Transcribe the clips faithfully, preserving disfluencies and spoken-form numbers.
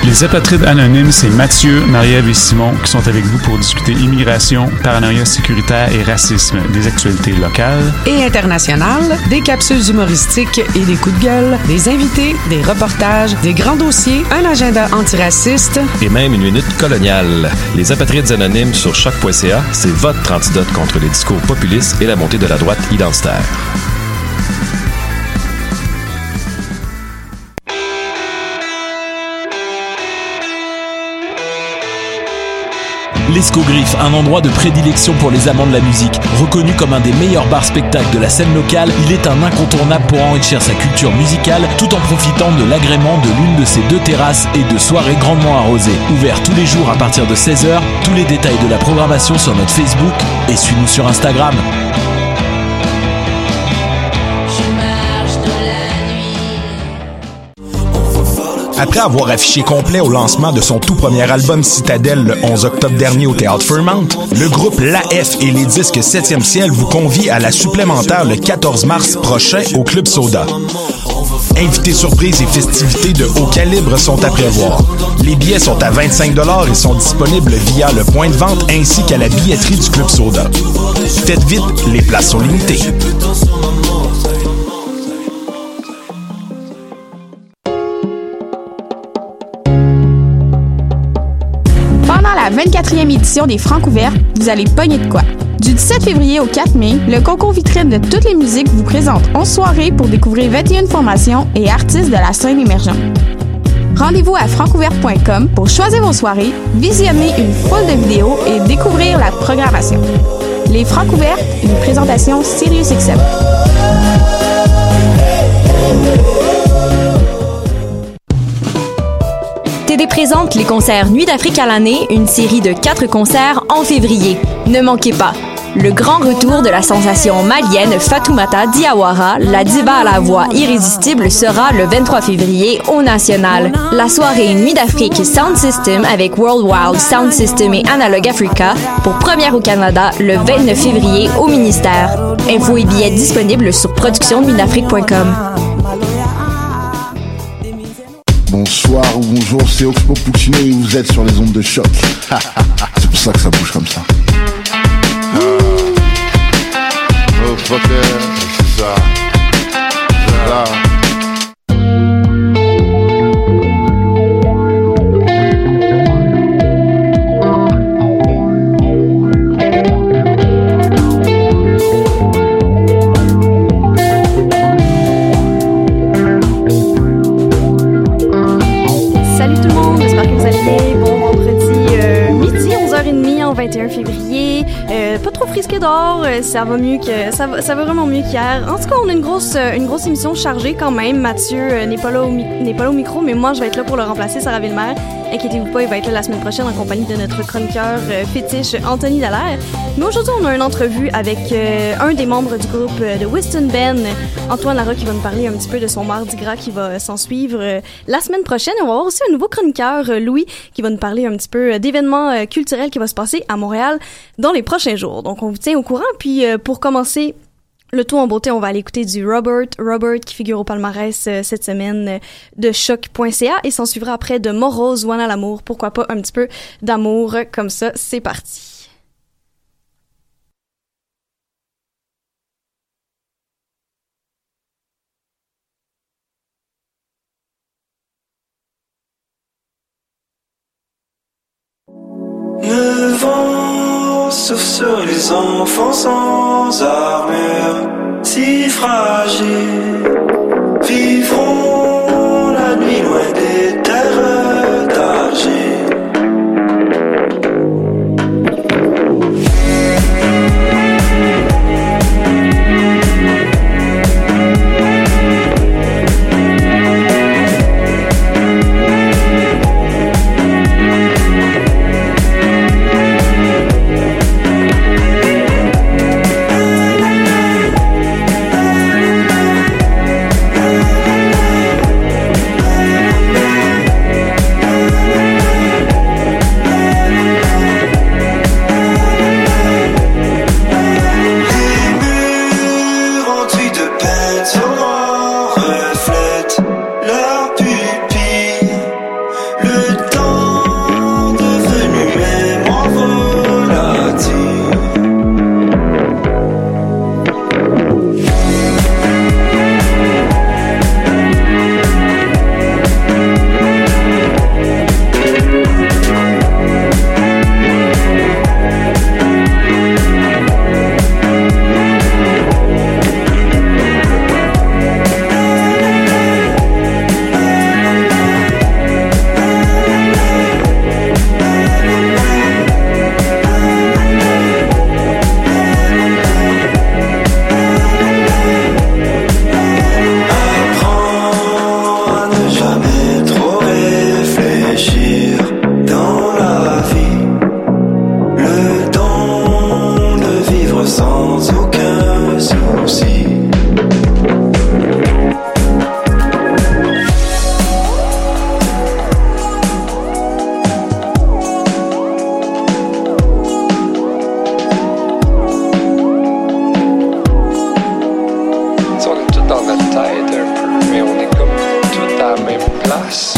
Les apatrides anonymes, c'est Mathieu, Marie-Ève et Simon qui sont avec vous pour discuter immigration, paranoïa sécuritaire et racisme, des actualités locales et internationales, des capsules humoristiques et des coups de gueule, des invités, des reportages, des grands dossiers, un agenda antiraciste et même une minute coloniale. Les apatrides anonymes sur choc point c a, c'est votre antidote contre les discours populistes et la montée de la droite identitaire. L'Escogriffe, un endroit de prédilection pour les amants de la musique. Reconnu comme un des meilleurs bars spectacles de la scène locale, il est un incontournable pour enrichir sa culture musicale tout en profitant de l'agrément de l'une de ses deux terrasses et de soirées grandement arrosées. Ouvert tous les jours à partir de seize heures, tous les détails de la programmation sur notre Facebook et suis-nous sur Instagram. Après avoir affiché complet au lancement de son tout premier album Citadelle le onze octobre dernier au Théâtre Fairmount, le groupe L'A F et les disques septième ciel vous convient à la supplémentaire le quatorze mars prochain au Club Soda. Invités surprises et festivités de haut calibre sont à prévoir. Les billets sont à vingt-cinq dollars et sont disponibles via le point de vente ainsi qu'à la billetterie du Club Soda. Faites vite, les places sont limitées. La vingt-quatrième édition des Francs ouverts, vous allez pogner de quoi. Du dix-sept février au quatre mai, le concours vitrine de toutes les musiques vous présente onze soirées pour découvrir vingt et une formations et artistes de la scène émergente. Rendez-vous à francs ouverts point com pour choisir vos soirées, visionner une foule de vidéos et découvrir la programmation. Les Francs ouverts, une présentation SiriusXM. T D présente les concerts Nuit d'Afrique à l'année, une série de quatre concerts en février. Ne manquez pas le grand retour de la sensation malienne Fatoumata Diawara, la diva à la voix irrésistible, sera le vingt-trois février au National. La soirée Nuit d'Afrique Sound System avec World Wild Sound System et Analog Africa pour première au Canada le vingt-neuf février au Ministère. Infos et billets disponibles sur production nuit d'afrique point com. Bonsoir ou bonjour, c'est Oxpo Puccino et vous êtes sur les ondes de choc. C'est pour ça que ça bouge comme ça. Oh, fucker, c'est ça. C'est là. vingt et un février, euh, pas trop frisqué dehors, ça va mieux que ça va, ça va vraiment mieux qu'hier. En tout cas, on a une grosse, une grosse émission chargée quand même. Mathieu euh, n'est pas là au n'est pas là au micro, mais moi je vais être là pour le remplacer, Sarah Villemer. Inquiétez-vous pas, il va être là la semaine prochaine en compagnie de notre chroniqueur euh, fétiche Anthony Dallaire. Mais aujourd'hui, on a une entrevue avec euh, un des membres du groupe euh, de Weston Ben, Antoine Larocque, qui va nous parler un petit peu de son Mardi Gras qui va s'en suivre euh, la semaine prochaine. Et on va avoir aussi un nouveau chroniqueur, euh, Louis, qui va nous parler un petit peu euh, d'événements euh, culturels qui vont se passer à Montréal dans les prochains jours. Donc, on vous tient au courant. Puis, euh, pour commencer le tout en beauté, on va aller écouter du Robert. Robert qui figure au palmarès euh, cette semaine euh, de choc point c a et s'en suivra après de Morose, One à l'amour. Pourquoi pas un petit peu d'amour comme ça. C'est parti. Le vent souffle sur les enfants sans armure, si fragiles, vivront la nuit loin des terres d'argile. passe.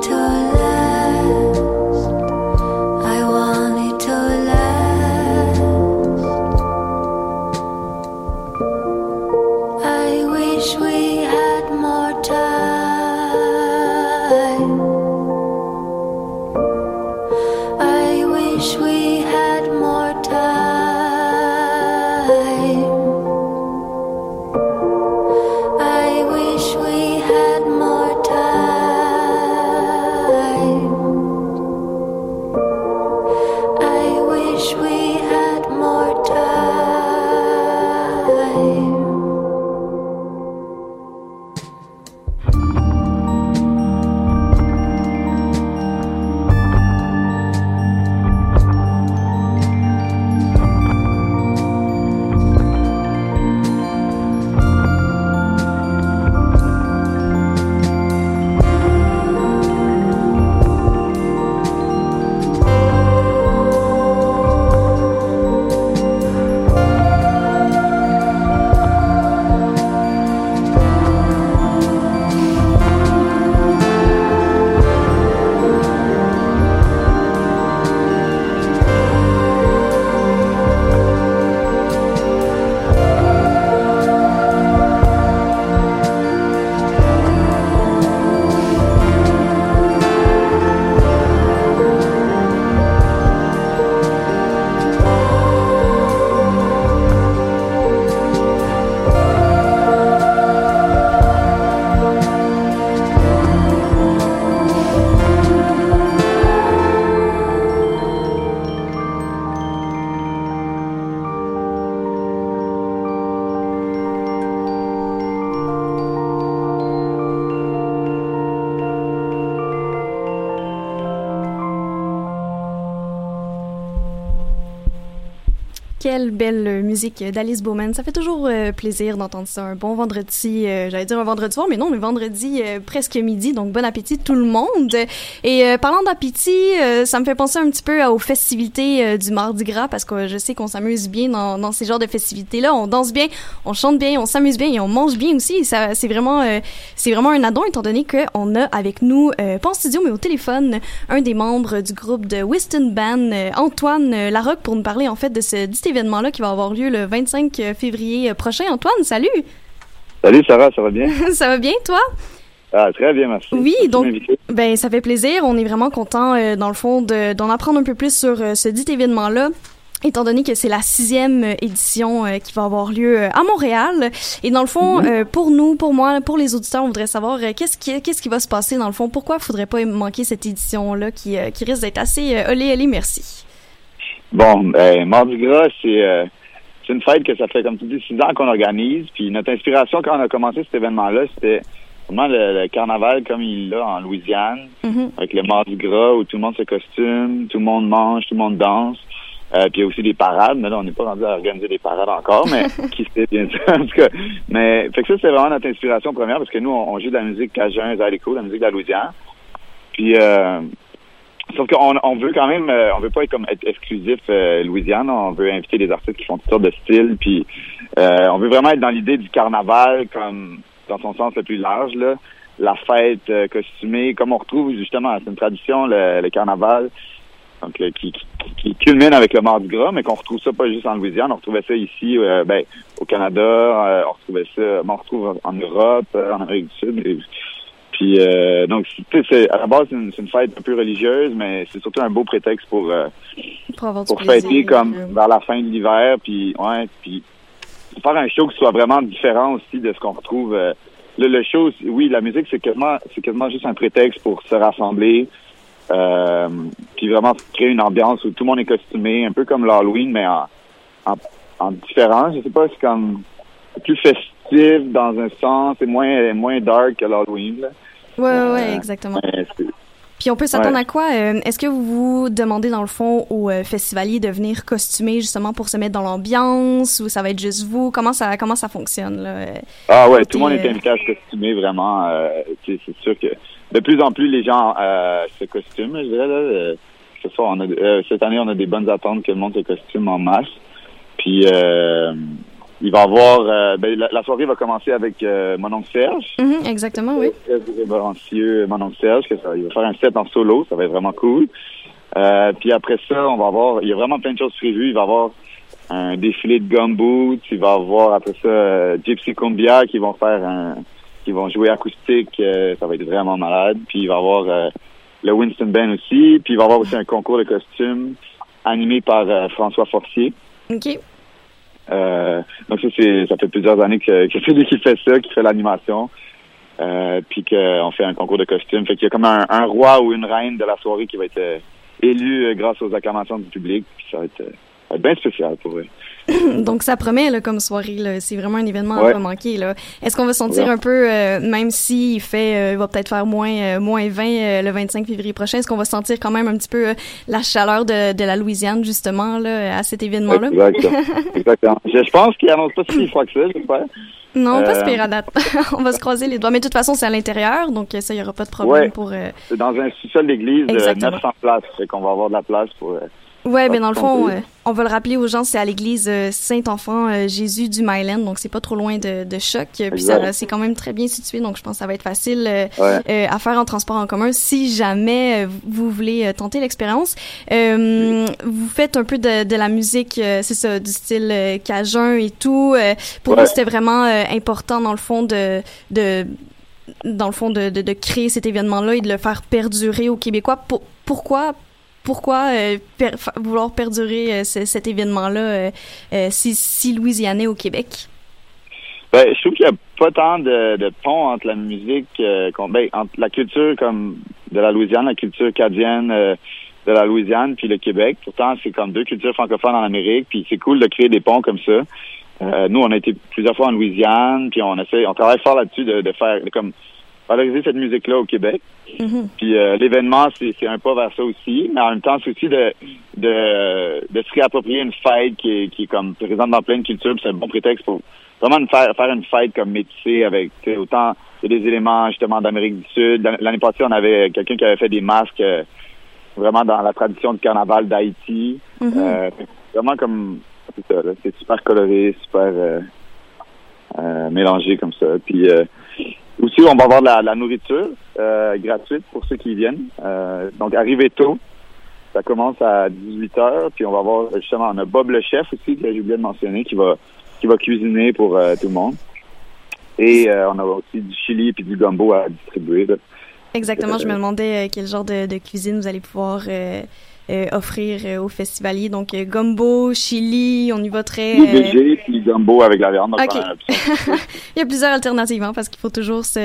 I want it to last. quelle belle musique d'Alice Bowman. Ça fait toujours euh, plaisir d'entendre ça. Un bon vendredi, euh, j'allais dire un vendredi soir, mais non, le vendredi euh, presque midi, donc bon appétit tout le monde. Et euh, parlant d'appétit, euh, ça me fait penser un petit peu aux festivités euh, du Mardi Gras, parce que je sais qu'on s'amuse bien dans, dans ces genres de festivités-là. On danse bien, on chante bien, on s'amuse bien et on mange bien aussi. Et ça, c'est vraiment, euh, c'est vraiment un addon, étant donné qu'on a avec nous, euh, pas en studio, mais au téléphone, un des membres du groupe de Whiston Band, euh, Antoine euh, Larocque, pour nous parler en fait de ce dit événement-là qui va avoir lieu le vingt-cinq février prochain. Antoine, salut! Salut Sarah, ça va bien? Ça va bien, toi? Ah, très bien, merci. Oui, merci donc, ben, ça fait plaisir. On est vraiment content, euh, dans le fond, de, d'en apprendre un peu plus sur euh, ce dit événement-là, étant donné que c'est la sixième édition euh, qui va avoir lieu euh, à Montréal. Et dans le fond, mm-hmm. euh, pour nous, pour moi, pour les auditeurs, on voudrait savoir euh, qu'est-ce qui qu'est-ce qui va se passer dans le fond. Pourquoi il faudrait pas manquer cette édition-là qui, euh, qui risque d'être assez euh, olé, olé, merci. Bon, ben, Mardi Gras, c'est, euh, c'est une fête que ça fait, comme tu dis, six ans qu'on organise. Puis notre inspiration quand on a commencé cet événement-là, c'était vraiment le, le carnaval comme il l'a en Louisiane, mm-hmm. avec le Mardi Gras où tout le monde se costume, tout le monde mange, tout le monde danse. Euh, puis il y a aussi des parades, mais là, on n'est pas rendu à organiser des parades encore, mais qui sait bien sûr, en tout cas. Mais, fait que ça, c'est vraiment notre inspiration première, parce que nous, on, on joue de la musique cajun, zydeco, la musique de la Louisiane. Puis, euh, sauf qu'on on veut quand même, euh, on veut pas être comme être exclusif euh, Louisiane, on veut inviter des artistes qui font toutes sortes de styles, puis euh, on veut vraiment être dans l'idée du carnaval, comme dans son sens le plus large, là, la fête euh, costumée, comme on retrouve justement, c'est une tradition, le, le carnaval, donc le, qui, qui, qui culmine avec le Mardi Gras, mais qu'on retrouve ça pas juste en Louisiane, on retrouvait ça ici, euh, ben au Canada, euh, on retrouvait ça, bon, on retrouve en Europe, euh, en Amérique du Sud. Et, puis euh, donc c'est, c'est à la base c'est une, c'est une fête un peu religieuse, mais c'est surtout un beau prétexte pour euh, pour, pour fêter comme vers la fin de l'hiver, puis ouais, puis faire un show qui soit vraiment différent aussi de ce qu'on retrouve. Euh, le, le show, oui, la musique c'est quasiment c'est quasiment juste un prétexte pour se rassembler. Euh, puis vraiment créer une ambiance où tout le monde est costumé, un peu comme l'Halloween, mais en, en, en différent. Je sais pas, c'est comme plus festif dans un sens, c'est moins moins dark que l'Halloween. Là. Ouais, euh, ouais, exactement. Puis on peut s'attendre ouais. à quoi? Euh, est-ce que vous vous demandez, dans le fond, aux euh, festivaliers de venir costumer justement pour se mettre dans l'ambiance, ou ça va être juste vous? Comment ça comment ça fonctionne, là? Ah ouais, tout le monde est invité à se costumer, vraiment. Euh, c'est sûr que de plus en plus, les gens euh, se costument, je dirais. Là, euh, ce soir, on a, euh, cette année, on a des bonnes attentes que le monde se costume en masse. Puis, euh, il va y avoir... Euh, ben, la, la soirée va commencer avec euh, mon oncle Serge. Mm-hmm, exactement, oui. Très révérencieux, mon oncle Serge, que ça, il va faire un set en solo, ça va être vraiment cool. Euh, puis après ça, on va avoir... Il y a vraiment plein de choses prévues. Il va y avoir un défilé de gumboots. Il va y avoir, après ça, euh, Gypsy Cumbia qui vont faire un... qui vont jouer acoustique, euh, ça va être vraiment malade. Puis il va y avoir euh, le Whiston Band aussi. Puis il va y avoir aussi un concours de costumes animé par euh, François Forcier. OK. Euh, donc ça, c'est, ça fait plusieurs années que, que c'est lui qui fait ça, qui fait l'animation. Euh, puis qu'on fait un concours de costumes. Fait qu'il y a comme un, un roi ou une reine de la soirée qui va être euh, élu euh, grâce aux acclamations du public. Puis ça va être, euh, ça va être bien spécial pour eux. Donc ça promet là, comme soirée, là. C'est vraiment un événement ouais. à pas manquer. Là. Est-ce qu'on va sentir ouais. un peu, euh, même s'il fait, euh, il va peut-être faire moins, euh, moins vingt euh, le vingt-cinq février prochain, est-ce qu'on va sentir quand même un petit peu euh, la chaleur de, de la Louisiane justement là, à cet événement-là? Exactement. Exactement. Je, je pense qu'il annonce pas si froid que ça, j'espère. Non, euh... pas si pire à date. On va se croiser les doigts. Mais de toute façon, c'est à l'intérieur, donc ça, il n'y aura pas de problème ouais. pour... Euh... C'est dans un sous-sol d'église de neuf cents places, fait qu'on va avoir de la place pour... Euh... Ouais, ben dans le fond, euh, on va le rappeler aux gens, c'est à l'église euh, Saint-Enfant euh, Jésus du Myland, donc c'est pas trop loin de, de Choc. Puis ça, c'est quand même très bien situé, donc je pense que ça va être facile euh, ouais. euh, à faire en transport en commun si jamais euh, vous voulez euh, tenter l'expérience. Euh, vous faites un peu de, de la musique, euh, c'est ça, du style euh, cajun et tout. Euh, pour ouais. vous, c'était vraiment euh, important dans le fond de de dans le fond de, de, de créer cet événement-là et de le faire perdurer aux Québécois. Pour, pourquoi Pourquoi euh, per, vouloir perdurer euh, c- cet événement-là euh, euh, si, si louisianais au Québec? Ben, je trouve qu'il n'y a pas tant de, de pont entre la musique, euh, ben, entre la culture comme de la Louisiane, la culture cadienne euh, de la Louisiane, puis le Québec. Pourtant, c'est comme deux cultures francophones en Amérique, puis c'est cool de créer des ponts comme ça. Euh, nous, on a été plusieurs fois en Louisiane, puis on essaie, on travaille fort là-dessus de, de faire, de, comme valoriser cette musique-là au Québec. Mm-hmm. Puis euh, l'événement, c'est, c'est un pas vers ça aussi, mais en même temps, c'est aussi de de, de se réapproprier une fête qui est, qui est comme présente dans plein de cultures, puis c'est un bon prétexte pour vraiment une faire, faire une fête comme métissée avec autant il y a des éléments justement d'Amérique du Sud. L'année passée, on avait quelqu'un qui avait fait des masques euh, vraiment dans la tradition du carnaval d'Haïti. Mm-hmm. Euh, vraiment comme c'est ça, là, c'est super coloré, super euh, euh, mélangé comme ça. Puis euh, aussi, on va avoir de la, la nourriture euh, gratuite pour ceux qui viennent. Euh, donc, arrivez tôt. Ça commence à dix-huit heures. Puis, on va avoir, justement, on a Bob le chef aussi, que j'ai oublié de mentionner, qui va qui va cuisiner pour euh, tout le monde. Et euh, on a aussi du chili puis du gumbo à distribuer. Là. Exactement. Euh, je me demandais euh, quel genre de, de cuisine vous allez pouvoir euh, euh, offrir euh, aux festivaliers. Donc, euh, gumbo, chili, on y va très... Du Euh... végé puis gumbo avec la viande. Donc, OK. Il y a plusieurs alternatives, hein, parce qu'il faut toujours se,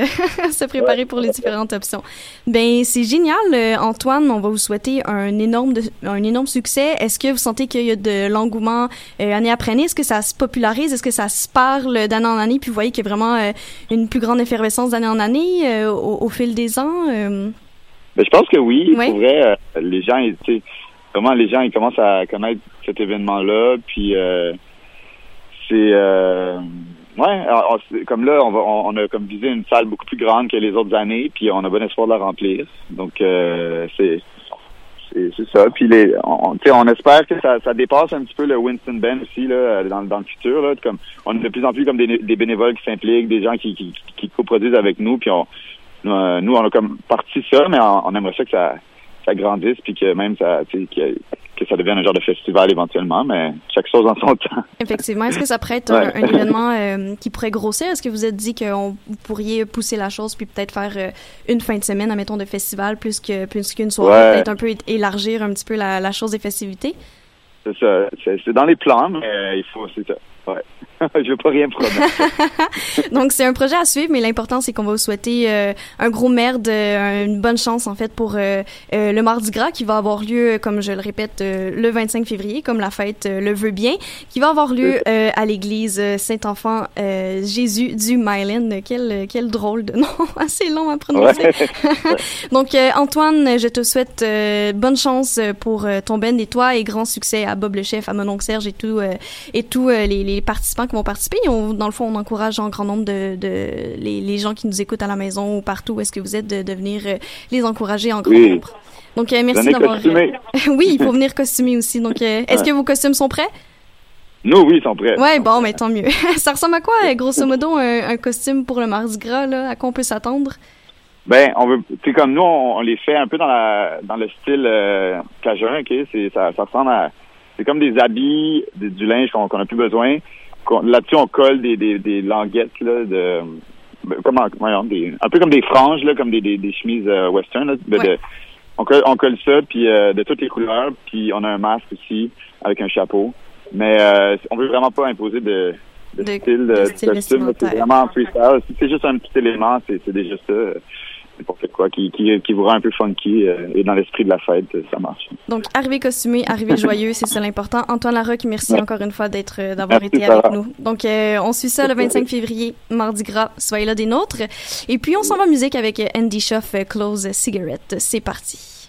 se préparer pour les différentes options. Ben, c'est génial, euh, Antoine. On va vous souhaiter un énorme, de, un énorme succès. Est-ce que vous sentez qu'il y a de l'engouement euh, année après année? Est-ce que ça se popularise? Est-ce que ça se parle d'année en année? Puis vous voyez qu'il y a vraiment euh, une plus grande effervescence d'année en année euh, au, au fil des ans? Euh... Ben, je pense que oui. Oui. Pour vrai, euh, les gens, tu sais, vraiment, les gens, ils commencent à connaître cet événement-là. Puis, euh, c'est... Euh, ouais, alors, comme là, on va, on, on a comme visé une salle beaucoup plus grande que les autres années, puis on a bon espoir de la remplir. Donc, euh, c'est, c'est, c'est ça. Puis, les, on, tu sais, on espère que ça, ça dépasse un petit peu le Winston Ben aussi là, dans, dans le futur. Là, comme on a de plus en plus comme des, des bénévoles qui s'impliquent, des gens qui, qui, qui coproduisent avec nous, puis on, euh, nous, on a comme parti ça, mais on, on aimerait ça que ça, ça grandisse, puis que même ça, tu sais, que, que ça devienne un genre de festival éventuellement, mais chaque chose en son temps. Effectivement. Est-ce que ça pourrait être Ouais. un, un événement euh, qui pourrait grossir? Est-ce que vous êtes dit que on, vous pourriez pousser la chose puis peut-être faire euh, une fin de semaine, admettons, de festival plus, que, plus qu'une soirée, Ouais. peut-être un peu é- élargir un petit peu la, la chose des festivités? C'est ça. C'est, c'est dans les plans, mais euh, il faut, c'est ça. Ouais. Je veux pas rien promettre. Donc, c'est un projet à suivre, mais l'important, c'est qu'on va vous souhaiter euh, un gros merde, euh, une bonne chance, en fait, pour euh, euh, le Mardi Gras qui va avoir lieu, comme je le répète, euh, le vingt-cinq février, comme la fête euh, le veut bien, qui va avoir lieu euh, à l'église Saint-Enfant euh, Jésus du Myland. Quel, quel drôle de nom, assez long à prononcer. Ouais. Donc, euh, Antoine, je te souhaite euh, bonne chance pour euh, ton band et toi, et grand succès à Bob le chef, à mon oncle Serge et tout, euh, et tous euh, les, les participants qui vont participer. Et on, dans le fond, on encourage en grand nombre de, de les, les gens qui nous écoutent à la maison ou partout où est-ce que vous êtes de, de venir euh, les encourager en grand Oui. nombre. Donc, euh, merci Venez d'avoir... costumer. oui, il faut venir costumer aussi. Donc, euh, est-ce Ouais. que vos costumes sont prêts? Nous, oui, ils sont prêts. Ouais, bon, mais tant mieux. Ça ressemble à quoi, euh, grosso modo, un, un costume pour le Mardi Gras, là? À quoi on peut s'attendre? Ben, on veut, tu sais, comme nous, on, on les fait un peu dans la, dans le style euh, cajun, ok. C'est, ça, ça ressemble à, c'est comme des habits, des- du linge qu'on, qu'on a plus besoin. Qu'on- là-dessus, on colle des, des, des languettes là, de, ben, comment, voyons, des, un peu comme des franges là, comme des, des, des chemises euh, western. Là, de, Ouais. de- on colle, on colle ça, puis euh, de toutes les couleurs, puis on a un masque aussi avec un chapeau. Mais euh, on veut vraiment pas imposer de, de, De- style de de, style costume. là. C'est vestimentaire. vraiment freestyle. Si c'est juste un petit élément, c'est, c'est déjà ça. euh, N'importe quoi qui, qui, qui vous rend un peu funky euh, et dans l'esprit de la fête, euh, ça marche. Donc, arrivé costumé, arrivé joyeux, c'est ça l'important. Antoine Larocque, merci Ouais. encore une fois d'être, euh, d'avoir Merci, été Sarah. avec nous. Donc, euh, on suit ça le vingt-cinq février, Mardi Gras. Soyez là des nôtres. Et puis, on s'en va en musique avec euh, Andy Schuff, euh, Close Cigarette. C'est parti.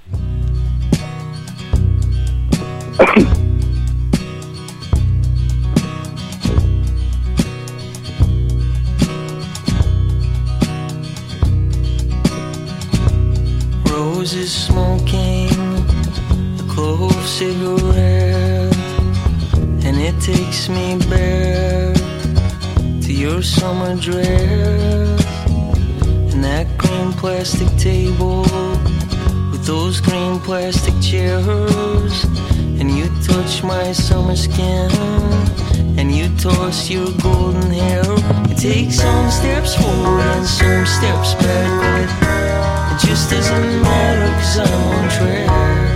Roses smoking, a clove cigarette, and it takes me back to your summer dress and that green plastic table with those green plastic chairs. And you touch my summer skin and you toss your golden hair. You take some steps forward and some steps backward. It just doesn't matter 'cause I'm on track.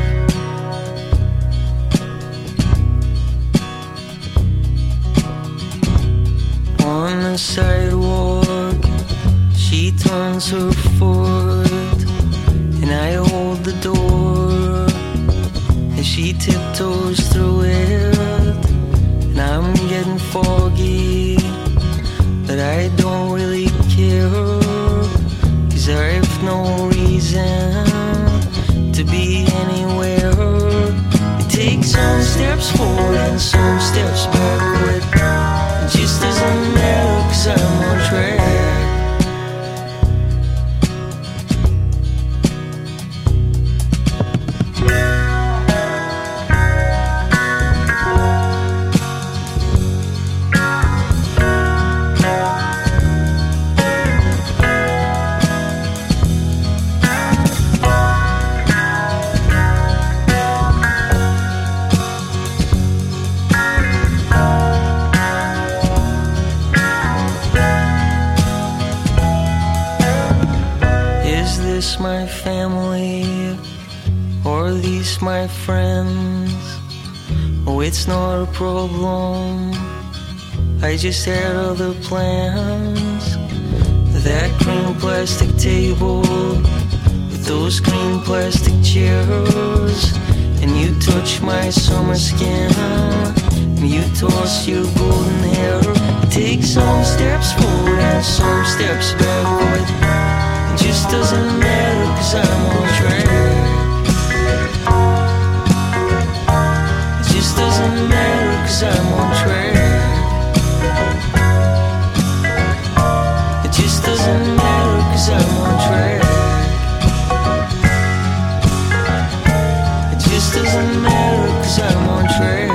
On the sidewalk, she turns her foot and I hold the door as she tiptoes through it. And I'm getting foggy, but I don't really care. this my family, or these my friends? Oh, it's not a problem, I just had other plans. That green plastic table with those green plastic chairs, and you touch my summer skin, and you toss your golden hair. Take some steps forward and some steps backward. It just doesn't matter, 'cause I'm on track. It just doesn't matter, 'cause I'm on track. It just doesn't matter, 'cause I'm on track. It just doesn't matter, 'cause I'm on track.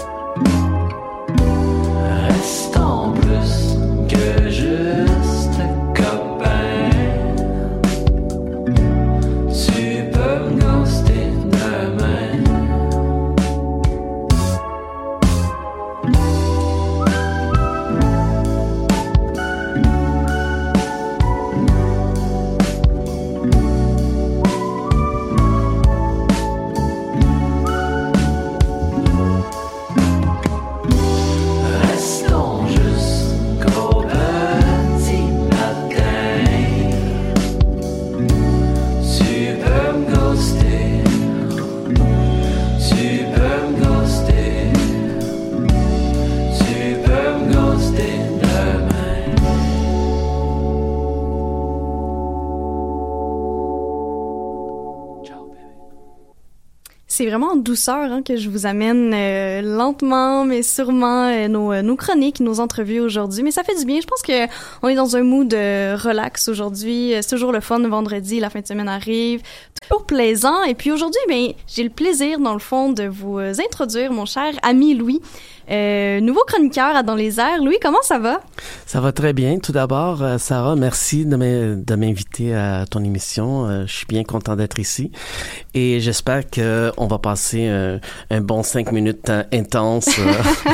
Reste en plus que juste C'est vraiment en douceur hein, que je vous amène euh, lentement, mais sûrement euh, nos, euh, nos chroniques, nos entrevues aujourd'hui. Mais ça fait du bien. Je pense que on est dans un mood euh, relax aujourd'hui. C'est toujours le fun. Vendredi, la fin de semaine arrive. Toujours plaisant. Et puis aujourd'hui, ben, j'ai le plaisir, dans le fond, de vous euh, introduire mon cher ami Louis. Euh, nouveau chroniqueur à Dans les airs. Louis, comment ça va? Ça va très bien. Tout d'abord, euh, Sarah, merci de, m- de m'inviter à ton émission. Euh, je suis bien content d'être ici et j'espère qu'on va passer un, un bon cinq minutes euh, intense. Euh.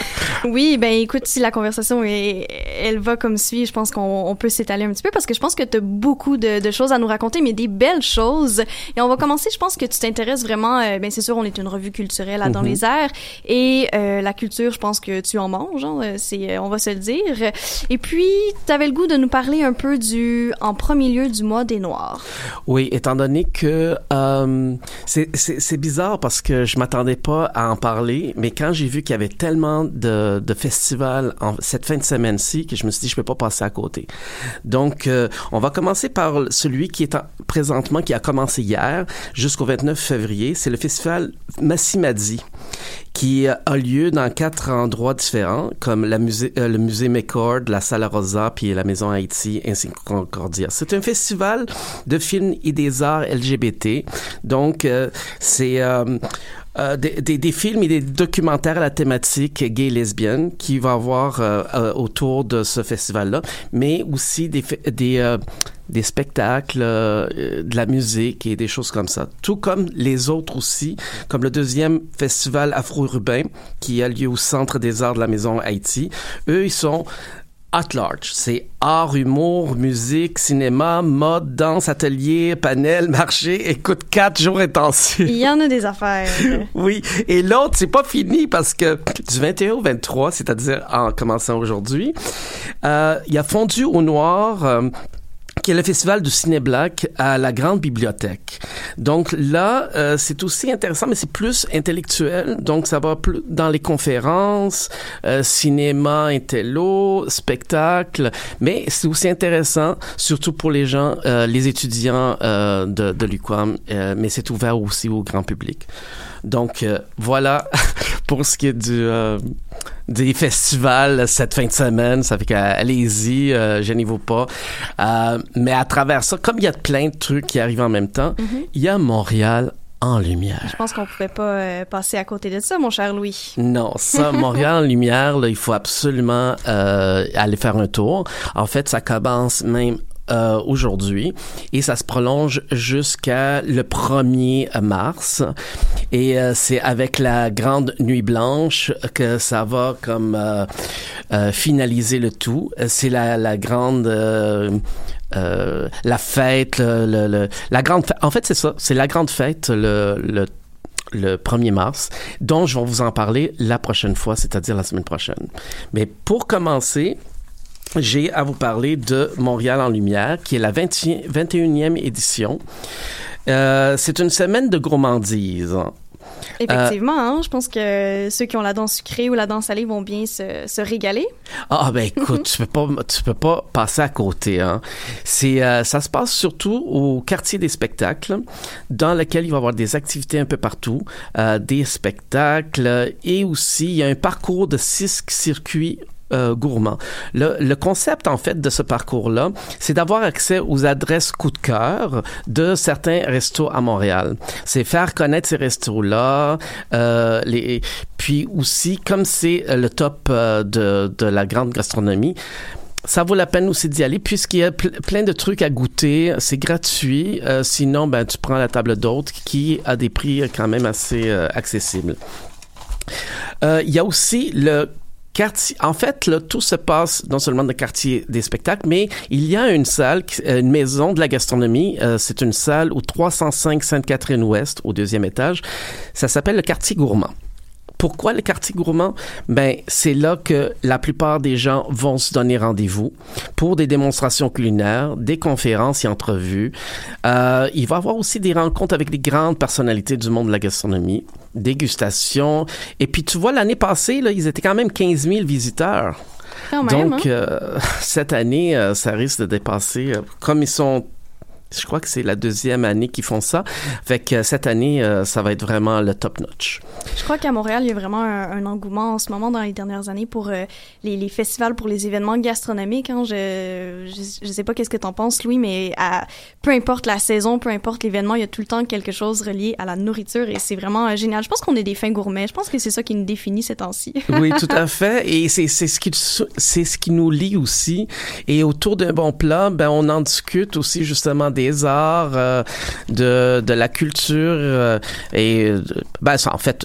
Oui, ben écoute, si la conversation est, elle va comme suit, je pense qu'on on peut s'étaler un petit peu parce que je pense que tu as beaucoup de, de choses à nous raconter, mais des belles choses. Et on va commencer, je pense que tu t'intéresses vraiment, euh, ben c'est sûr, on est une revue culturelle à Dans mm-hmm. les airs et euh, la culture, je pense que tu en manges, hein, c'est, on va se le dire. Et puis, tu avais le goût de nous parler un peu du, en premier lieu, du mois des Noirs. Oui, étant donné que euh, c'est, c'est, c'est bizarre parce que je m'attendais pas à en parler, mais quand j'ai vu qu'il y avait tellement de, de festivals en cette fin de semaine-ci que je me suis dit, je peux pas passer à côté. Donc, euh, on va commencer par celui qui est en, présentement, qui a commencé hier jusqu'au vingt-neuf février. C'est le festival Massimadi, qui a lieu dans quatre endroits différents, comme la musée, euh, le musée McCord, la Sala Rosa, puis la Maison Haïti, ainsi que Concordia. C'est un festival de films et des arts L G B T. Donc, euh, c'est... Euh, Euh, des, des, des films et des documentaires à la thématique gay-lesbienne qui va avoir euh, euh, autour de ce festival-là, mais aussi des, des, euh, des spectacles, euh, de la musique et des choses comme ça. Tout comme les autres aussi, comme le deuxième festival afro-urbain qui a lieu au Centre des arts de la Maison Haïti. Eux, ils sont at large. C'est art, humour, musique, cinéma, mode, danse, atelier, panel, marché. Écoute, quatre jours intensifs. Il y en a des affaires. Oui. Et l'autre, c'est pas fini parce que du vingt et un au vingt-trois, c'est-à-dire en commençant aujourd'hui, euh, il y a Fondu au noir, euh, qui est le festival du ciné-black à la Grande Bibliothèque. Donc là, euh, c'est aussi intéressant, mais c'est plus intellectuel. Donc ça va plus dans les conférences, euh, cinéma, intello, spectacle. Mais c'est aussi intéressant, surtout pour les gens, euh, les étudiants euh, de, de l'U Q A M. Euh, mais c'est ouvert aussi au grand public. Donc euh, voilà pour ce qui est du euh, des festivals cette fin de semaine. Ça fait qu'allez-y, euh, gênez-vous pas. Euh, mais à travers ça, comme il y a plein de trucs qui arrivent en même temps, mm-hmm. il y a Montréal en lumière. Je pense qu'on pouvait pas euh, passer à côté de ça, mon cher Louis. Non, ça, Montréal en lumière, là, il faut absolument euh, aller faire un tour. En fait, ça commence même Euh, aujourd'hui et ça se prolonge jusqu'à le premier mars et euh, c'est avec la grande nuit blanche que ça va comme euh, euh, finaliser le tout. C'est la, la grande euh, euh, la fête le, le, le, la grande fête. En fait c'est ça, c'est la grande fête le, le le premier mars, dont je vais vous en parler la prochaine fois, c'est-à-dire la semaine prochaine. Mais pour commencer, j'ai à vous parler de Montréal en lumière, qui est la vingt et unième édition. Euh, c'est une semaine de gourmandise. Effectivement, euh, hein, je pense que ceux qui ont la dent sucrée ou la dent salée vont bien se, se régaler. Ah ben écoute, tu peux pas, tu peux pas passer à côté. Hein. C'est, euh, ça se passe surtout au quartier des spectacles, dans lequel il va y avoir des activités un peu partout, euh, des spectacles et aussi il y a un parcours de six circuits Euh, gourmand. Le, le concept, en fait, de ce parcours-là, c'est d'avoir accès aux adresses coup de cœur de certains restos à Montréal. C'est faire connaître ces restos-là, euh, les, puis aussi, comme c'est le top euh, de, de la grande gastronomie, ça vaut la peine aussi d'y aller puisqu'il y a ple- plein de trucs à goûter. C'est gratuit. Euh, sinon, ben, tu prends la table d'hôtes qui a des prix quand même assez euh, accessibles. Euh, il y a aussi le quartier. En fait, là, tout se passe non seulement dans le quartier des spectacles, mais il y a une salle, une maison de la gastronomie. Euh, c'est une salle au trois cent cinq Sainte-Catherine-Ouest, au deuxième étage. Ça s'appelle le quartier gourmand. Pourquoi le quartier gourmand? Ben, c'est là que la plupart des gens vont se donner rendez-vous pour des démonstrations culinaires, des conférences et entrevues. Euh, il va y avoir aussi des rencontres avec des grandes personnalités du monde de la gastronomie, dégustations. Et puis, tu vois, l'année passée, là, ils étaient quand même quinze mille visiteurs. Quand même, Donc, hein? euh, cette année, euh, ça risque de dépasser, euh, comme ils sont Je crois que c'est la deuxième année qu'ils font ça. Fait que cette année, euh, ça va être vraiment le top notch. Je crois qu'à Montréal, il y a vraiment un, un engouement en ce moment dans les dernières années pour euh, les, les festivals, pour les événements gastronomiques. Hein. Je, je, je sais pas qu'est-ce que t'en penses, Louis, mais à, peu importe la saison, peu importe l'événement, il y a tout le temps quelque chose relié à la nourriture et c'est vraiment euh, génial. Je pense qu'on est des fins gourmets. Je pense que c'est ça qui nous définit ces temps-ci. Oui, tout à fait. Et c'est, c'est ce qui, c'est ce qui nous lie aussi. Et autour d'un bon plat, ben, on en discute aussi justement des arts, euh, de, de la culture, euh, et, ben, ça, en fait,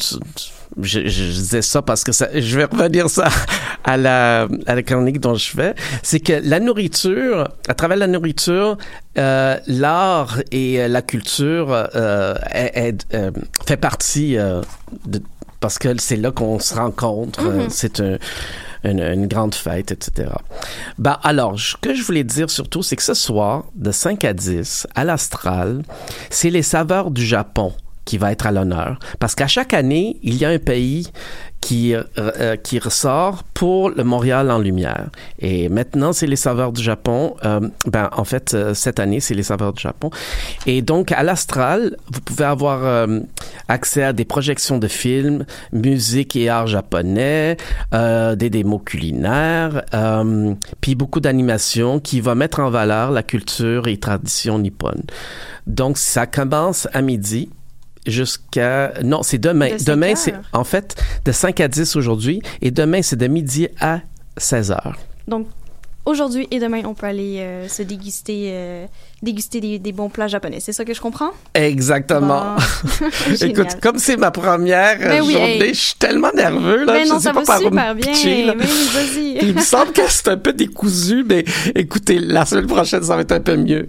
je, je disais ça parce que ça, je vais revenir ça à la, à la chronique dont je fais, c'est que la nourriture, à travers la nourriture, euh, l'art et la culture euh, est, est, euh, fait partie euh, de, parce que c'est là qu'on se rencontre, mm-hmm. euh, c'est un Une, une grande fête, et cetera. Ben, alors, ce que je voulais dire surtout, c'est que ce soir, de cinq à dix, à l'Astral, c'est les saveurs du Japon qui va être à l'honneur. Parce qu'à chaque année, il y a un pays qui, euh, qui ressort pour le Montréal en lumière. Et maintenant, c'est les saveurs du Japon. Euh, ben, en fait, euh, cette année, c'est les saveurs du Japon. Et donc, à l'Astral, vous pouvez avoir euh, accès à des projections de films, musique et art japonais, euh, des démos culinaires, euh, puis beaucoup d'animations qui va mettre en valeur la culture et tradition nippone. Donc, ça commence à midi. Jusqu'à... Non, c'est demain. De demain, c'est en fait de cinq à dix aujourd'hui et demain, c'est de midi à seize heures. Donc, aujourd'hui et demain, on peut aller euh, se déguster, euh, déguster des, des bons plats japonais. C'est ça que je comprends? Exactement. Bon. Écoute, comme c'est ma première mais oui, journée, hey. je suis tellement nerveux. Là, mais je non, sais ça pas va par super où me bien. pitcher, là. Mais vas-y. Il me semble que c'est un peu décousu, mais écoutez, la semaine prochaine, ça va être un peu mieux.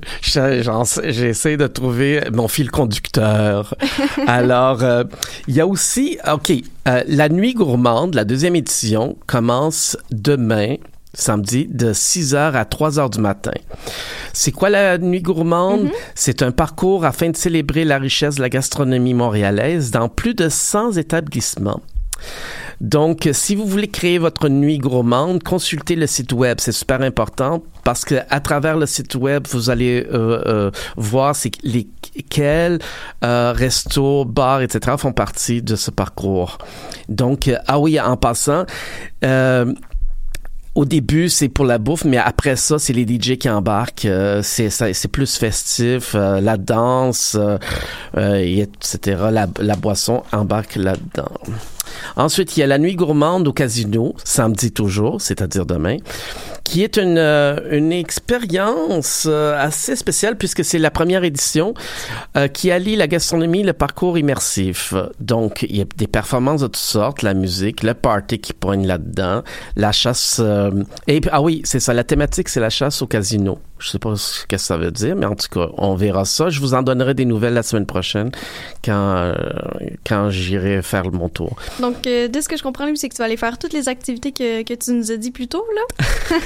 J'essaie de trouver mon fil conducteur. Alors, euh, il y a aussi... OK, euh, la Nuit gourmande, la deuxième édition, commence demain, samedi, de six heures à trois heures du matin. C'est quoi la Nuit gourmande? Mm-hmm. C'est un parcours afin de célébrer la richesse de la gastronomie montréalaise dans plus de cent établissements. Donc, si vous voulez créer votre nuit gourmande, consultez le site web. C'est super important parce que à travers le site web, vous allez euh, euh, voir c'est lesquels euh, restos, bars, et cetera font partie de ce parcours. Donc, euh, ah oui, en passant, euh, au début, c'est pour la bouffe, mais après ça, c'est les D J qui embarquent. Euh, c'est, ça, c'est plus festif. Euh, la danse, euh, euh, et cetera. La, la boisson embarque là-dedans. Ensuite, il y a la nuit gourmande au casino, samedi toujours, c'est-à-dire demain, qui est une, euh, une expérience euh, assez spéciale puisque c'est la première édition euh, qui allie la gastronomie et le parcours immersif. Donc, il y a des performances de toutes sortes, la musique, le party qui poigne là-dedans, la chasse... Euh, et ah oui, c'est ça, la thématique, c'est la chasse au casino. Je sais pas ce que ça veut dire, mais en tout cas, on verra ça. Je vous en donnerai des nouvelles la semaine prochaine quand, euh, quand j'irai faire mon tour. Donc, euh, de ce que je comprends, c'est que tu vas aller faire toutes les activités que, que tu nous as dit plus tôt, là?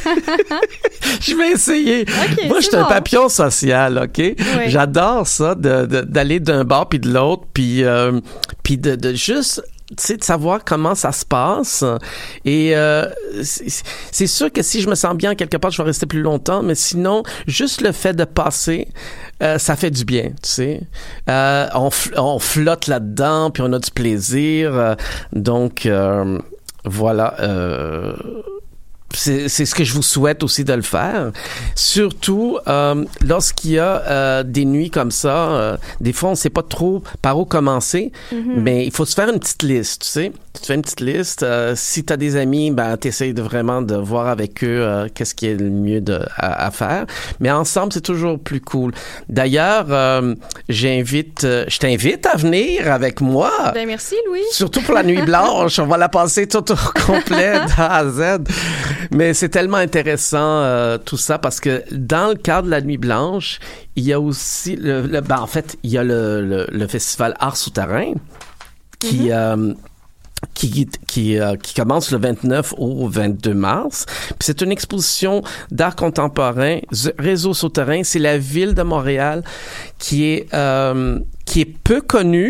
Je vais essayer. Okay, Moi, je suis bon. un papillon social, OK? Oui. J'adore ça, de, de, d'aller d'un bar puis de l'autre, puis, euh, puis de, de juste... tu sais, de savoir comment ça se passe. Et euh, c'est, c'est sûr que si je me sens bien quelque part, je vais rester plus longtemps, mais sinon, juste le fait de passer, euh, ça fait du bien, tu sais. Euh, on, on flotte là-dedans, puis on a du plaisir. Euh, donc, euh, voilà... Euh, C'est, c'est ce que je vous souhaite aussi de le faire. Surtout euh, lorsqu'il y a euh, des nuits comme ça, euh, des fois on ne sait pas trop par où commencer, mm-hmm. mais il faut se faire une petite liste, tu sais. Tu te fais une petite liste. Euh, si tu as des amis, ben t'essayes de vraiment de voir avec eux euh, qu'est-ce qui est le mieux de, à, à faire. Mais ensemble, c'est toujours plus cool. D'ailleurs, euh, j'invite, euh, je t'invite à venir avec moi. Ben merci, Louis. Surtout pour la nuit blanche, on va la passer tout au complet d'A à Z. Mais c'est tellement intéressant euh, tout ça parce que dans le cadre de la Nuit Blanche, il y a aussi le, le ben en fait il y a le, le, le festival Art Souterrain qui mm-hmm. euh, qui qui euh, qui commence le vingt-neuf au vingt-deux mars. Puis c'est une exposition d'art contemporain, Réseau Souterrain. C'est la ville de Montréal qui est euh, qui est peu connue.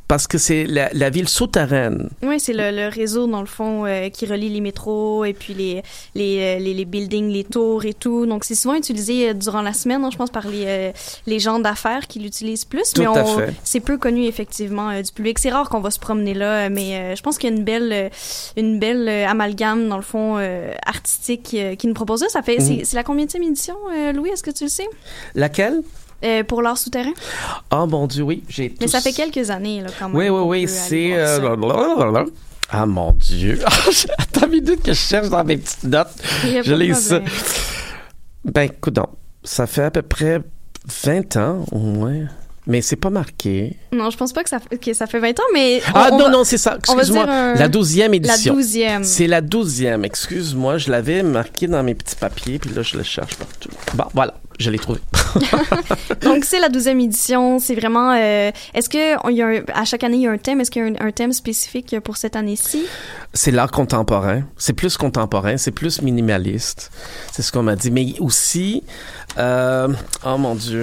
parce que c'est la, la ville souterraine. Oui, c'est le, le réseau, dans le fond, euh, qui relie les métros et puis les, les, les, les buildings, les tours et tout. Donc, c'est souvent utilisé euh, durant la semaine, hein, je pense, par les, euh, les gens d'affaires qui l'utilisent plus. Tout mais à on, fait. c'est peu connu, effectivement, euh, du public. C'est rare qu'on va se promener là, mais euh, je pense qu'il y a une belle, euh, une belle euh, amalgame, dans le fond, euh, artistique euh, qui nous propose ça. Ça fait, mm. c'est, c'est la combienième édition, euh, Louis? Est-ce que tu le sais? Laquelle? Euh, pour l'art souterrain? Ah, oh, mon Dieu, oui. J'ai Mais tous... ça fait quelques années, là, quand même. Oui, oui, oui. C'est... Euh... Ah, mon Dieu. Attends une minute que je cherche dans mes petites notes. Je lis ça. Ben, écoute donc. Ça fait à peu près vingt ans, au moins. Mais c'est pas marqué. Non, je pense pas que ça, que ça fait vingt ans, mais... On, ah on non, va, non, c'est ça. Excuse-moi. Un... La douzième édition. La douzième. C'est la douzième. Excuse-moi, je l'avais marqué dans mes petits papiers, puis là, je le cherche partout. Bon, voilà, je l'ai trouvé. Donc, c'est la douzième édition. C'est vraiment... Euh, est-ce que il y a un, à chaque année, il y a un thème? Est-ce qu'il y a un, un thème spécifique pour cette année-ci? C'est l'art contemporain. C'est plus contemporain. C'est plus minimaliste. C'est ce qu'on m'a dit. Mais aussi... Euh, oh, mon Dieu...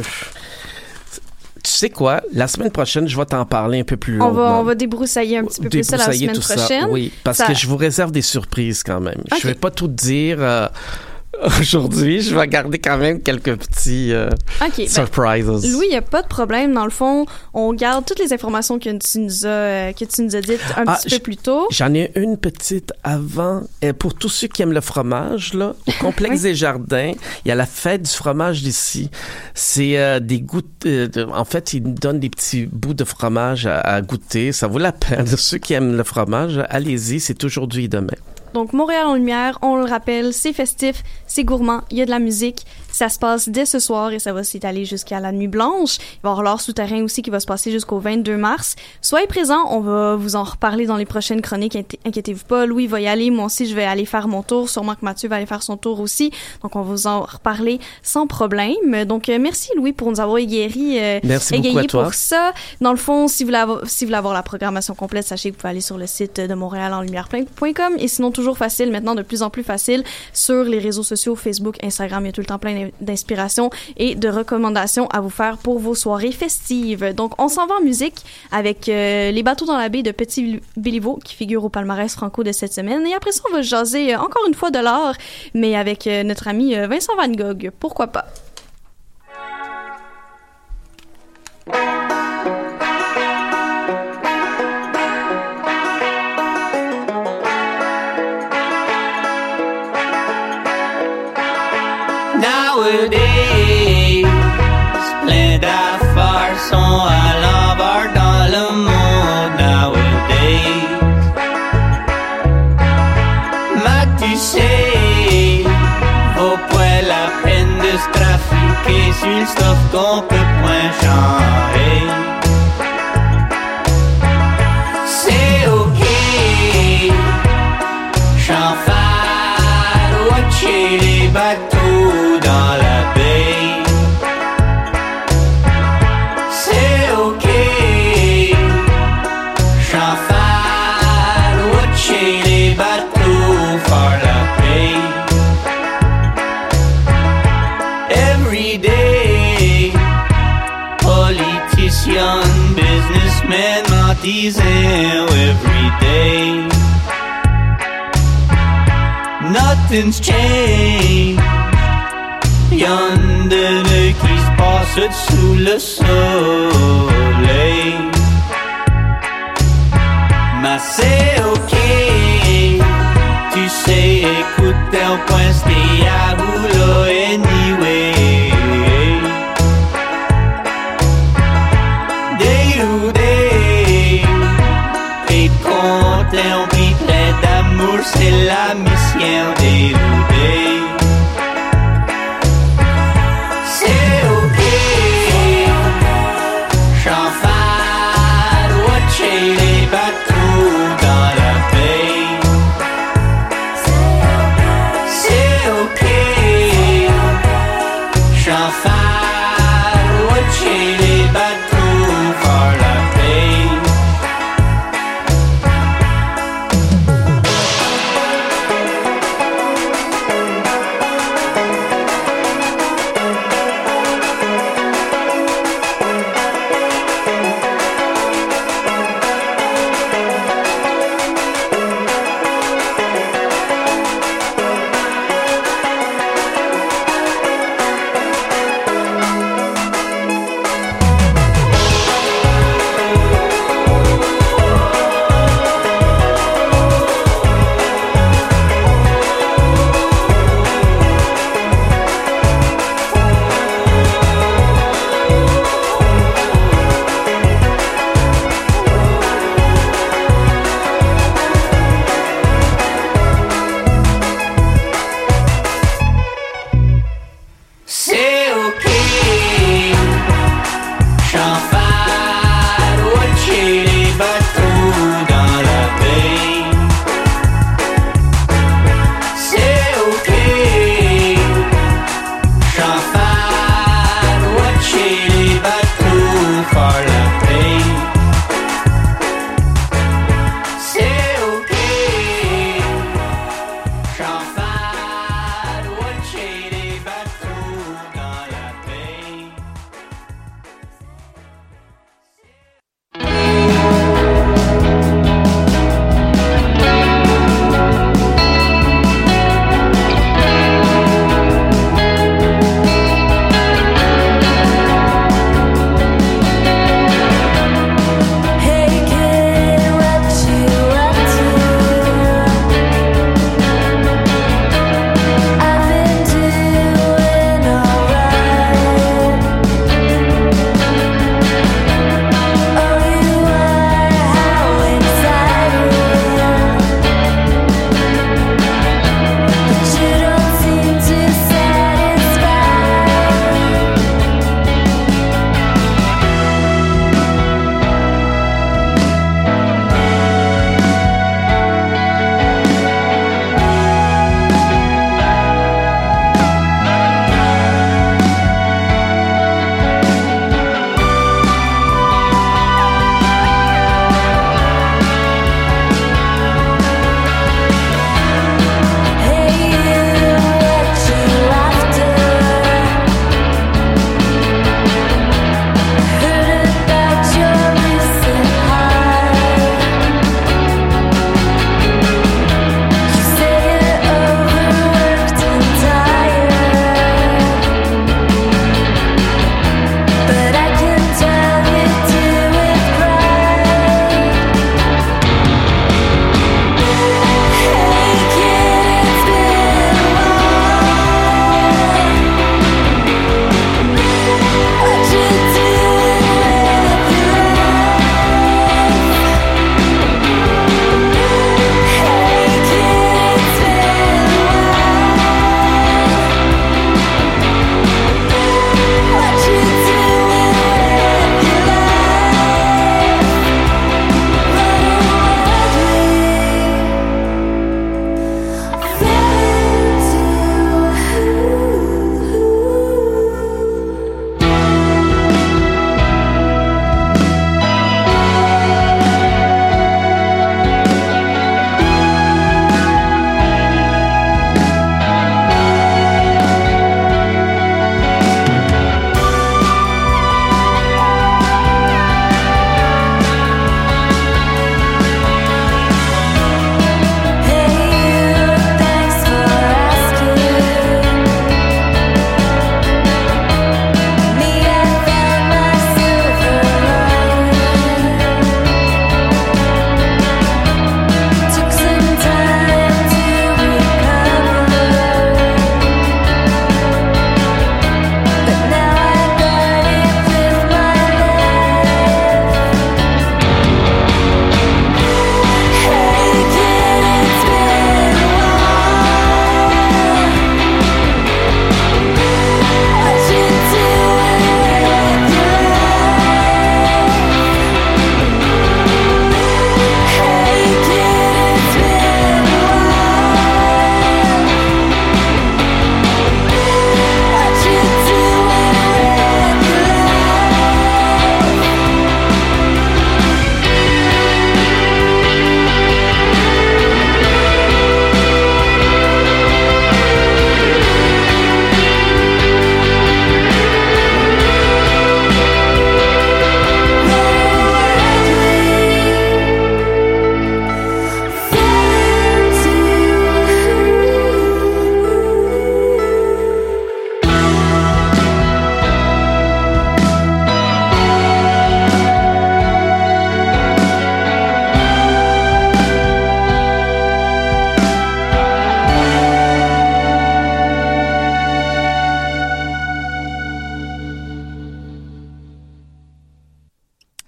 Tu sais quoi? La semaine prochaine, je vais t'en parler un peu plus longuement. On va, on va débroussailler un petit peu plus ça la semaine prochaine. Ça, oui, parce ça... que je vous réserve des surprises quand même. Okay. Je vais pas tout dire euh, aujourd'hui. Je vais garder quand même quelques petits euh, okay, surprises. Ben, Louis, il n'y a pas de problème. Dans le fond, on garde toutes les informations que tu nous as, euh, que tu nous as dites un ah, petit peu plus tôt. J'en ai une petite avant. Euh, pour tous ceux qui aiment le fromage, là, au Complexe oui. des Jardins, il y a la fête du fromage d'ici. C'est euh, des gouttes... Euh, de, en fait, ils nous donnent des petits bouts de fromage à, à goûter. Ça vaut la peine. Ceux qui aiment le fromage, allez-y. C'est aujourd'hui et demain. Donc, Montréal en lumière, on le rappelle, c'est festif, c'est gourmand, il y a de la musique. Ça se passe dès ce soir et ça va s'étaler jusqu'à la nuit blanche. Il va y avoir l'art souterrain aussi qui va se passer jusqu'au vingt-deux mars. Soyez présents, on va vous en reparler dans les prochaines chroniques. Inquiétez-vous pas, Louis va y aller, moi aussi je vais aller faire mon tour. Sûrement que Mathieu va aller faire son tour aussi. Donc, on va vous en reparler sans problème. Donc, euh, merci Louis pour nous avoir égayés, euh, merci égayés beaucoup à toi. pour ça. Dans le fond, si vous voulez avoir, si vous voulez avoir la programmation complète, sachez que vous pouvez aller sur le site de montréal en lumière point com et sinon toujours facile, maintenant de plus en plus facile sur les réseaux sociaux, Facebook, Instagram, il y a tout le temps plein d'inspiration et de recommandations à vous faire pour vos soirées festives. Donc, on s'en va en musique avec euh, Les bateaux dans la baie de Petit Béliveau qui figure au palmarès franco de cette semaine. Et après ça, on va jaser euh, encore une fois de l'art, mais avec euh, notre ami euh, Vincent Van Gogh. Pourquoi pas? Nowadays, plein d'affaires sont à l'envers dans le monde. Nowadays, mais tu sais, vaut pas la peine de se trafiquer sur le stuff qu'on peut point changer. C'est ok, j'en fais watcher les bateaux dans la baie. C'est ok, j'en fais watcher les bateaux faire la paix. Every day, politician, businessman, artisan, every day. Nothing's changed. Y'en de deux qui se passent sous le soleil. Mais c'est ok, tu sais, écoute, un point c'était à boulot anyway. Day to day, et content, puis plein d'amour, c'est la mission. Day to day. Okay.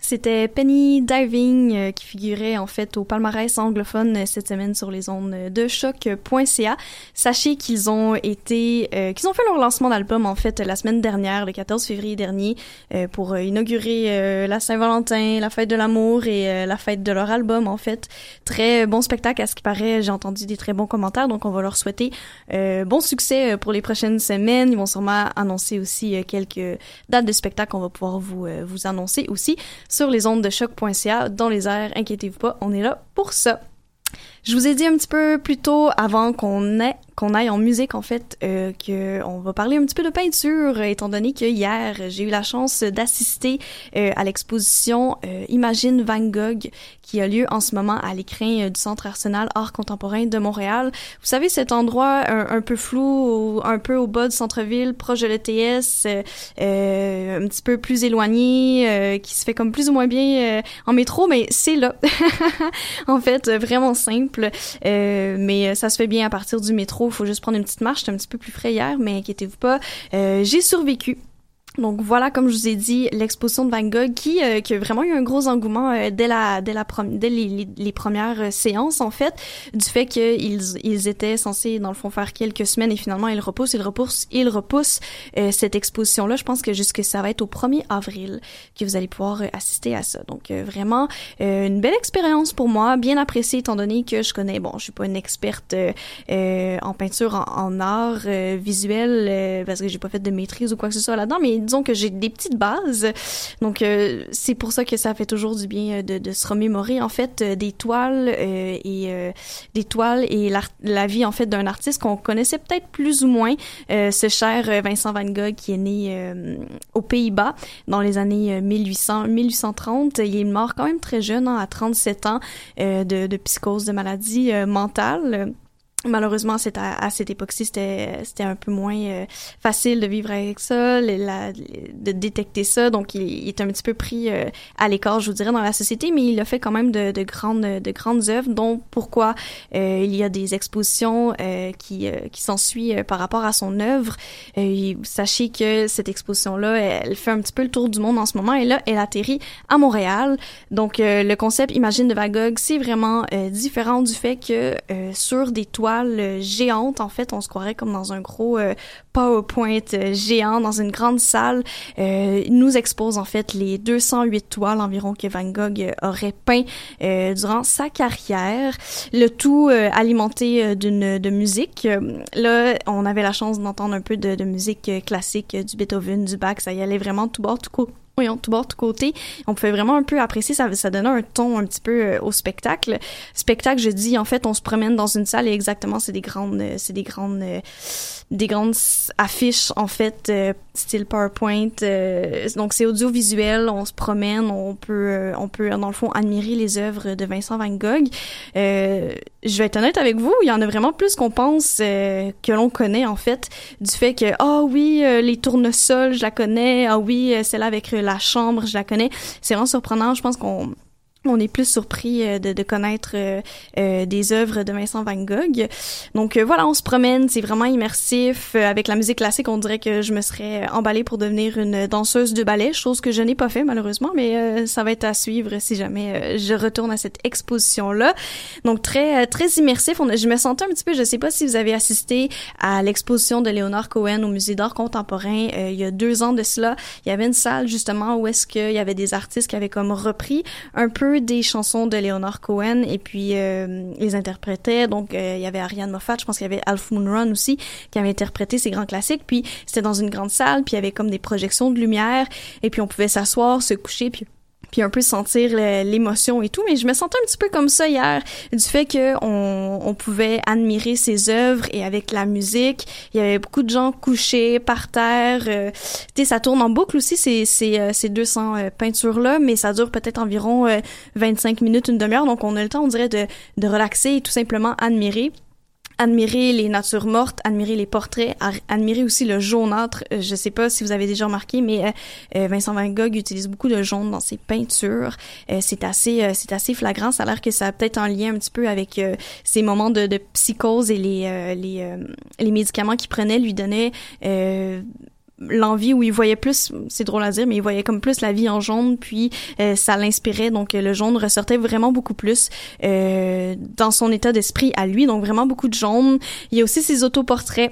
c'était Penny Diving euh, qui figurait en fait au palmarès anglophone euh, cette semaine sur les ondes de choc point c a. Sachez qu'ils ont été, euh, qu'ils ont fait leur lancement d'album en fait la semaine dernière, le quatorze février dernier, euh, pour euh, inaugurer euh, la Saint-Valentin, la fête de l'amour et euh, la fête de leur album en fait. Très bon spectacle à ce qui paraît. J'ai entendu des très bons commentaires, donc on va leur souhaiter euh, bon succès pour les prochaines semaines. Ils vont sûrement annoncer aussi euh, quelques dates de spectacle qu'on va pouvoir vous euh, vous annoncer aussi sur les ondes de choc point c a dans les airs. Inquiétez-vous pas, on est là pour ça. Je vous ai dit un petit peu plus tôt, avant qu'on ait qu'on aille en musique, en fait, euh, que on va parler un petit peu de peinture, étant donné que hier, j'ai eu la chance d'assister euh, à l'exposition euh, Imagine Van Gogh, qui a lieu en ce moment à l'écrin euh, du Centre Arsenal Art Contemporain de Montréal. Vous savez, cet endroit un, un peu flou, un peu au bas du centre-ville, proche de l'E T S, euh, euh, un petit peu plus éloigné, euh, qui se fait comme plus ou moins bien euh, en métro, mais c'est là. En fait, vraiment simple, euh, mais ça se fait bien à partir du métro. Il faut juste prendre une petite marche. C'était un petit peu plus frais hier, mais inquiétez-vous pas, euh, j'ai survécu. Donc voilà, comme je vous ai dit, l'exposition de Van Gogh qui, euh, qui a vraiment eu un gros engouement euh, dès la dès la prom- dès les, les, les premières euh, séances en fait, du fait qu'ils ils étaient censés dans le fond faire quelques semaines et finalement ils repoussent, ils repoussent, ils repoussent euh, cette exposition là. Je pense que jusque ça va être au premier avril que vous allez pouvoir euh, assister à ça. Donc euh, vraiment euh, une belle expérience pour moi, bien appréciée étant donné que je connais, bon, je suis pas une experte euh, euh, en peinture, en, en art euh, visuel euh, parce que j'ai pas fait de maîtrise ou quoi que ce soit là-dedans, mais disons que j'ai des petites bases. Donc, euh, c'est pour ça que ça fait toujours du bien de, de se remémorer, en fait, euh, des toiles euh, et euh, des toiles et la, la vie, en fait, d'un artiste qu'on connaissait peut-être plus ou moins, euh, ce cher Vincent Van Gogh qui est né euh, aux Pays-Bas dans les années mille huit cents, mille huit cent trente. Il est mort quand même très jeune, hein, à trente-sept ans, euh, de, de psychose, de maladie euh, mentale. Malheureusement, c'est à, à cette époque-ci, c'était c'était un peu moins euh, facile de vivre avec ça, le, la, de détecter ça. Donc, il, il est un petit peu pris euh, à l'écart, je vous dirais, dans la société, mais il a fait quand même de, de grandes de grandes œuvres, dont pourquoi euh, il y a des expositions euh, qui euh, qui s'ensuit euh, par rapport à son œuvre. Euh, sachez que cette exposition-là, elle fait un petit peu le tour du monde en ce moment, et là, elle atterrit à Montréal. Donc, euh, le concept Imagine de Van Gogh, c'est vraiment euh, différent du fait que euh, sur des toiles géante, en fait, on se croirait comme dans un gros euh, PowerPoint euh, géant, dans une grande salle. Euh, nous expose, en fait, les deux cent huit toiles environ que Van Gogh euh, aurait peint euh, durant sa carrière. Le tout euh, alimenté euh, d'une de musique. Euh, là, on avait la chance d'entendre un peu de, de musique euh, classique, euh, du Beethoven, du Bach. Ça y allait vraiment tout bord, tout coup. Voyons, tout bord, tout côté. On pouvait vraiment un peu apprécier, ça, ça donnait un ton un petit peu euh, au spectacle. Spectacle, je dis, en fait, on se promène dans une salle et exactement, c'est des grandes, euh, c'est des grandes, euh, des grandes affiches, en fait, euh, style PowerPoint. Euh, donc, c'est audiovisuel, on se promène, on peut, euh, on peut, dans le fond, admirer les œuvres de Vincent Van Gogh. Euh, je vais être honnête avec vous, il y en a vraiment plus qu'on pense, euh, que l'on connaît, en fait, du fait que, ah oh, oui, euh, les tournesols, je la connais, ah oh, oui, euh, celle-là avec euh, la chambre, je la connais. C'est vraiment surprenant. Je pense qu'on on est plus surpris euh, de, de connaître euh, euh, des œuvres de Vincent Van Gogh. Donc euh, voilà, on se promène, c'est vraiment immersif. Euh, avec la musique classique, on dirait que je me serais emballée pour devenir une danseuse de ballet, chose que je n'ai pas fait malheureusement, mais euh, ça va être à suivre si jamais euh, je retourne à cette exposition-là. Donc très très immersif. On a, je me sentais un petit peu, je sais pas si vous avez assisté à l'exposition de Leonard Cohen au Musée d'art contemporain euh, il y a deux ans de cela. Il y avait une salle justement où est-ce qu'il y avait des artistes qui avaient comme repris un peu des chansons de Leonard Cohen et puis euh, les interprétaient. Donc euh, il y avait Ariane Moffat, je pense qu'il y avait Alf Moon Run aussi qui avait interprété ces grands classiques. Puis c'était dans une grande salle, puis il y avait comme des projections de lumière et puis on pouvait s'asseoir, se coucher, puis puis un peu sentir l'émotion et tout, mais je me sentais un petit peu comme ça hier, du fait que on, on pouvait admirer ses œuvres et avec la musique, il y avait beaucoup de gens couchés par terre, euh, tu sais, ça tourne en boucle aussi ces ces euh, ces deux cents euh, peintures là, mais ça dure peut-être environ euh, vingt-cinq minutes, une demi-heure, donc on a le temps, on dirait, de de relaxer et tout simplement admirer. Admirer les natures mortes, admirer les portraits, admirer aussi le jaunâtre. Je sais pas si vous avez déjà remarqué, mais euh, Vincent Van Gogh utilise beaucoup de jaune dans ses peintures. Euh, c'est assez, euh, c'est assez flagrant. Ça a l'air que ça a peut-être un lien un petit peu avec euh, ces moments de, de psychose et les, euh, les, euh, les médicaments qu'il prenait lui donnaient. Euh, l'envie, où il voyait plus, c'est drôle à dire, mais il voyait comme plus la vie en jaune, puis euh, ça l'inspirait, donc le jaune ressortait vraiment beaucoup plus euh, dans son état d'esprit à lui, donc vraiment beaucoup de jaune. Il y a aussi ses autoportraits.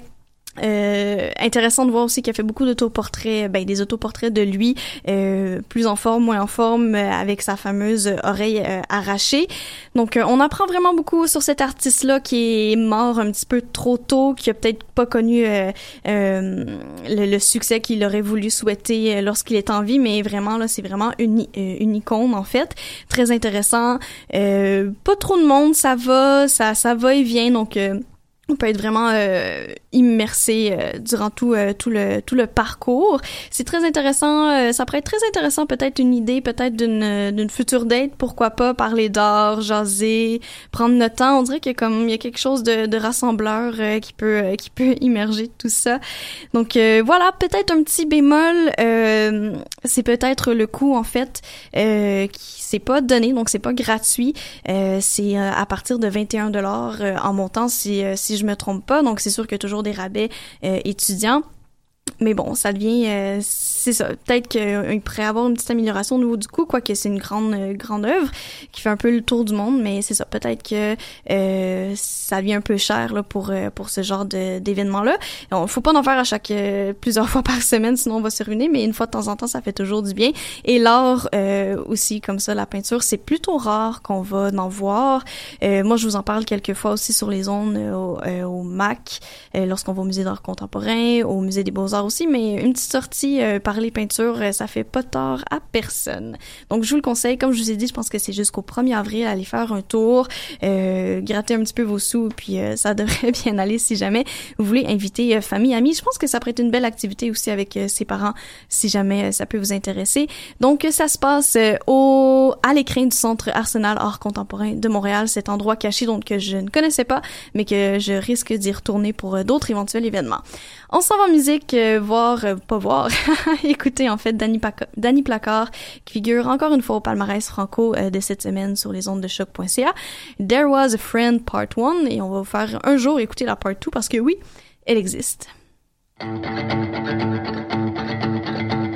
Euh, intéressant de voir aussi qu'il a fait beaucoup d'autoportraits, ben des autoportraits de lui, euh, plus en forme, moins en forme, euh, avec sa fameuse oreille euh, arrachée. Donc, euh, on apprend vraiment beaucoup sur cet artiste-là qui est mort un petit peu trop tôt, qui a peut-être pas connu euh, euh, le, le succès qu'il aurait voulu souhaiter euh, lorsqu'il est en vie, mais vraiment là, c'est vraiment une, une icône en fait, très intéressant. Euh, pas trop de monde, ça va, ça, ça va et vient, donc. Euh, On peut être vraiment euh, immersé euh, durant tout euh, tout le tout le parcours. C'est très intéressant. Euh, ça pourrait être très intéressant, peut-être une idée, peut-être d'une d'une future date. Pourquoi pas parler d'art, jaser, prendre notre temps. On dirait qu'il y a comme il y a quelque chose de, de rassembleur euh, qui peut euh, qui peut immerger tout ça. Donc euh, voilà, peut-être un petit bémol. Euh, c'est peut-être le coût en fait euh, qui c'est pas donné, donc c'est pas gratuit. Euh, c'est euh, à partir de vingt et un dollars euh, en montant si euh, si je me trompe pas, donc c'est sûr qu'il y a toujours des rabais euh, étudiants. Mais bon, ça devient, euh, c'est ça. Peut-être qu'il euh, pourrait avoir une petite amélioration au niveau du coût, quoique c'est une grande euh, grande œuvre qui fait un peu le tour du monde, mais c'est ça. Peut-être que euh, ça devient un peu cher là pour euh, pour ce genre de d'événement là. Il faut pas en faire à chaque euh, plusieurs fois par semaine, sinon on va se ruiner. Mais une fois de temps en temps, ça fait toujours du bien. Et l'art euh, aussi, comme ça, la peinture, c'est plutôt rare qu'on va en voir. Euh, moi, je vous en parle quelques fois aussi sur les ondes euh, au, euh, au M A C, euh, lorsqu'on va au musée d'art contemporain, au musée des Beaux-Arts aussi, mais une petite sortie euh, parler peinture, euh, ça fait pas tort à personne. Donc je vous le conseille, comme je vous ai dit, je pense que c'est jusqu'au premier avril, allez faire un tour, euh, gratter un petit peu vos sous, puis euh, ça devrait bien aller si jamais vous voulez inviter euh, famille, amis. Je pense que ça pourrait être une belle activité aussi avec euh, ses parents, si jamais euh, ça peut vous intéresser. Donc euh, ça se passe euh, au à l'écrin du Centre Arsenal Art Contemporain de Montréal, cet endroit caché donc que je ne connaissais pas, mais que je risque d'y retourner pour euh, d'autres éventuels événements. On s'en va en musique, euh, voir, euh, pas voir, écouter en fait Danny, Paca- Danny Placard, qui figure encore une fois au palmarès franco euh, de cette semaine sur les ondes de choc point c a. There Was a Friend Part one, et on va vous faire un jour écouter la Part two parce que oui, elle existe. Thank you.